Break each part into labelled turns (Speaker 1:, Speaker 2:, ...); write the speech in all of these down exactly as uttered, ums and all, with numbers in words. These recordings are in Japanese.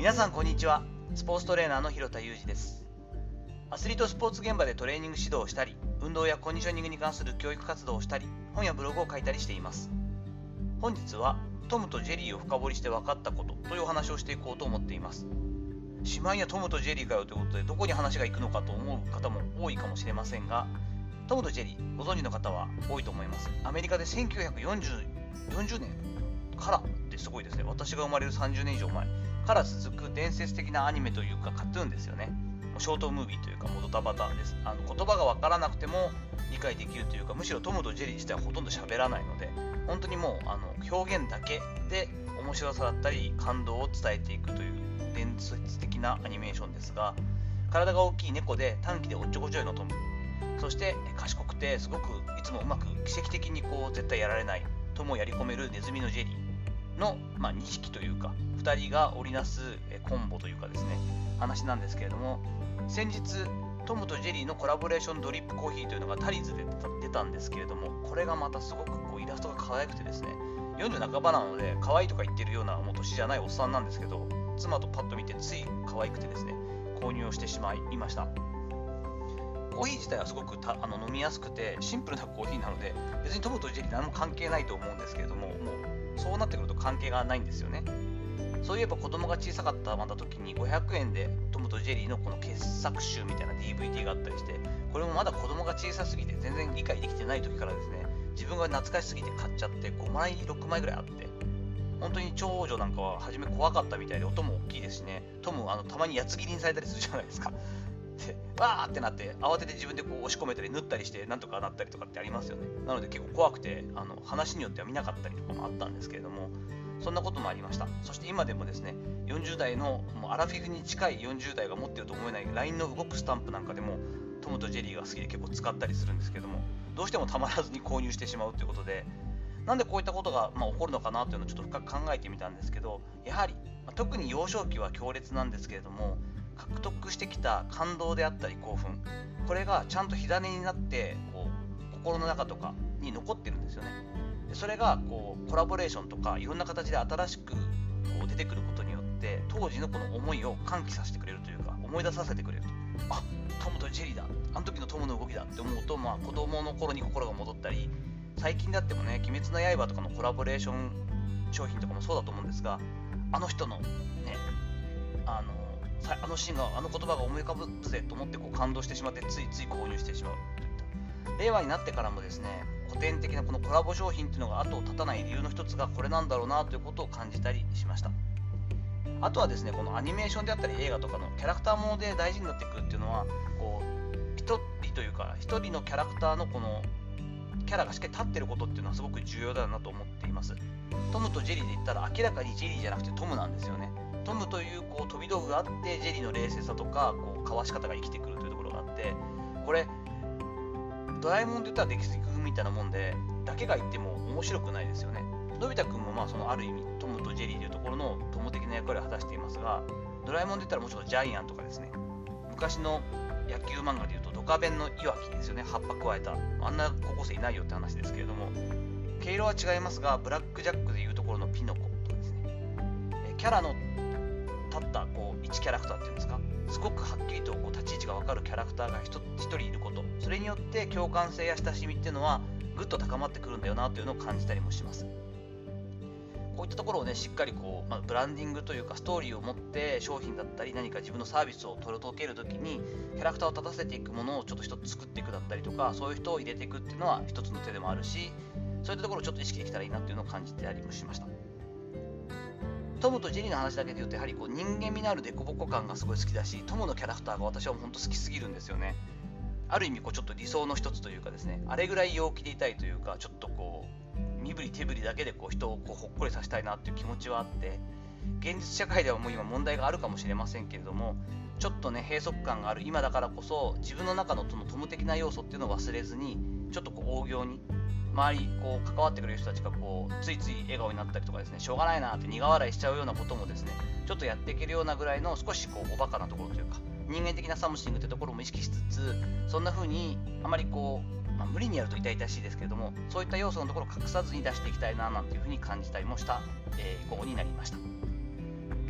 Speaker 1: 皆さんこんにちは。スポーツトレーナーの広田裕二です。アスリートスポーツ現場でトレーニング指導をしたり、運動やコンディショニングに関する教育活動をしたり、本やブログを書いたりしています。本日はトムとジェリーを深掘りして分かったことというお話をしていこうと思っています。しまいにはトムとジェリーかよということで、どこに話が行くのかと思う方も多いかもしれませんが、トムとジェリーご存知の方は多いと思います。アメリカでせんきゅうひゃくよんじゅうねんからってすごいですね。私が生まれるさんじゅうねん以上前から続く伝説的なアニメというかカトゥーンですよね。ショートムービーというかもうドタバタです。あの言葉が分からなくても理解できるというか、むしろトムとジェリー自体はほとんど喋らないので、本当にもうあの表現だけで面白さだったり感動を伝えていくという伝説的なアニメーションですが、体が大きい猫で短気でおっちょこちょいのトム、そして賢くてすごくいつもうまく奇跡的にこう絶対やられないトムをやり込めるネズミのジェリーの、まあ、にひきというかふたりが織りなすコンボというかですね、話なんですけれども、先日トムとジェリーのコラボレーションドリップコーヒーというのがタリーズで出たんですけれども、これがまたすごくこうイラストが可愛くてですね、よんじゅう半ばなので可愛いとか言ってるようなもう年じゃないおっさんなんですけど、妻とパッと見てつい可愛くてですね、購入をしてしまいました。コーヒー自体はすごくたあの飲みやすくてシンプルなコーヒーなので、別にトムとジェリー何も関係ないと思うんですけれども、もうそうなってくると関係がないんですよね。そういえば子供が小さかったまた時にごひゃくえんでトムとジェリーのこの傑作集みたいな ディーブイディー があったりして、これもまだ子供が小さすぎて全然理解できてない時からですね、自分が懐かしすぎて買っちゃってごまいろくまいぐらいあって、本当に長女なんかは初め怖かったみたいで、音も大きいですしね、トムあのたまに八つ切りにされたりするじゃないですか。でわーってなって慌てて自分でこう押し込めたり縫ったりしてなんとかなったりとかってありますよね。なので結構怖くてあの話によっては見なかったりとかもあったんですけれども、そんなこともありました。そして今でもですね、よんじゅう代のもうアラフィフに近いよんじゅう代が持っていると思えない ライン の動くスタンプなんかでもトムとジェリーが好きで結構使ったりするんですけども、どうしてもたまらずに購入してしまうということで、なんでこういったことが、まあ、起こるのかなというのをちょっと深く考えてみたんですけど、やはり、まあ、特に幼少期は強烈なんですけれども、獲得してきた感動であったり興奮、これがちゃんと火種になってこう心の中とかに残ってるんですよね。でそれがこうコラボレーションとかいろんな形で新しくこう出てくることによって当時のこの思いを喚起させてくれるというか、思い出させてくれると、あ、トムとジェリーだ、あの時のトムの動きだって思うと、まあ、子供の頃に心が戻ったり、最近だってもね、鬼滅の刃とかのコラボレーション商品とかもそうだと思うんですが、あの人のね、あのあのシーンが、あの言葉が思い浮かぶぜと思ってこう感動してしまって、ついつい購入してしまうといった。令和になってからもですね、古典的なこのコラボ商品っていうのが後を絶たない理由の一つがこれなんだろうなということを感じたりしました。あとはですね、このアニメーションであったり映画とかのキャラクターもので大事になってくるっていうのは、こう一人というか一人のキャラクターのこのキャラがしっかり立ってることっていうのはすごく重要だなと思っています。トムとジェリーで言ったら明らかにジェリーじゃなくてトムなんですよね。トムというこう飛び道具があって、ジェリーの冷静さとかこうかわし方が生きてくるというところがあって、これドラえもんで言ったら出来すぎくんみたいなもんで、だけが言っても面白くないですよね。のび太くんもまあそのある意味トムとジェリーというところの友的な役割を果たしていますが、ドラえもんで言ったらもうちょっとジャイアンとかですね、昔の野球漫画でいうとドカベンのいわきですよね、葉っぱ加えたあんな高校生いないよって話ですけれども、毛色は違いますが、ブラックジャックでいうところのピノコとかですね、キャラの立ったこう一キャラクターっていうんですか、すごくはっきりとこう立ち位置が分かるキャラクターが一人いること、それによって共感性や親しみっていうのはぐっと高まってくるんだよなというのを感じたりもします。こういったところをね、しっかりこう、まあ、ブランディングというかストーリーを持って商品だったり何か自分のサービスを届けるときにキャラクターを立たせていくものをちょっと一つ作っていくだったりとか、そういう人を入れていくっていうのは一つの手でもあるし、そういったところをちょっと意識できたらいいなっていうのを感じてたりもしました。トムとジェリーの話だけで言うと、やはりこう人間味のあるデコボコ感がすごい好きだし、トムのキャラクターが私は本当好きすぎるんですよね。ある意味こうちょっと理想の一つというかですね、あれぐらい陽気でいたいというか、ちょっとこう身振り手振りだけでこう人をこうほっこりさせたいなっていう気持ちはあって、現実社会ではもう今問題があるかもしれませんけれども、ちょっとね閉塞感がある今だからこそ、自分の中のそのトム的な要素っていうのを忘れずに、ちょっとこう大行に周りこう関わってくれる人たちがこうついつい笑顔になったりとかですね、しょうがないなって苦笑いしちゃうようなこともですね、ちょっとやっていけるようなぐらいの少しこうおバカなところというか、人間的なサムシングってところも意識しつつ、そんな風にあまりこう、まあ、無理にやると痛々しいですけれども、そういった要素のところを隠さずに出していきたいななんていう風に感じたりもした、えー、午後になりました。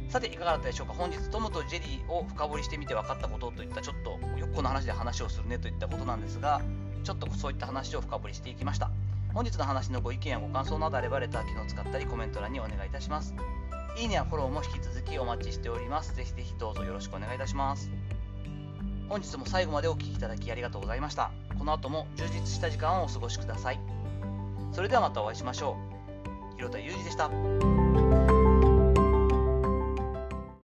Speaker 1: さていかがだったでしょうか。本日トムとジェリーを深掘りしてみて分かったことといった、ちょっとよくこの話で話をするねといったことなんですが、ちょっとそういった話を深掘りしていきました。本日の話のご意見やご感想などあればレター機能を使ったりコメント欄にお願いいたします。いいねやフォローも引き続きお待ちしております。ぜひぜひどうぞよろしくお願いいたします。本日も最後までお聴きいただきありがとうございました。この後も充実した時間をお過ごしください。それではまたお会いしましょう。広田裕二でした。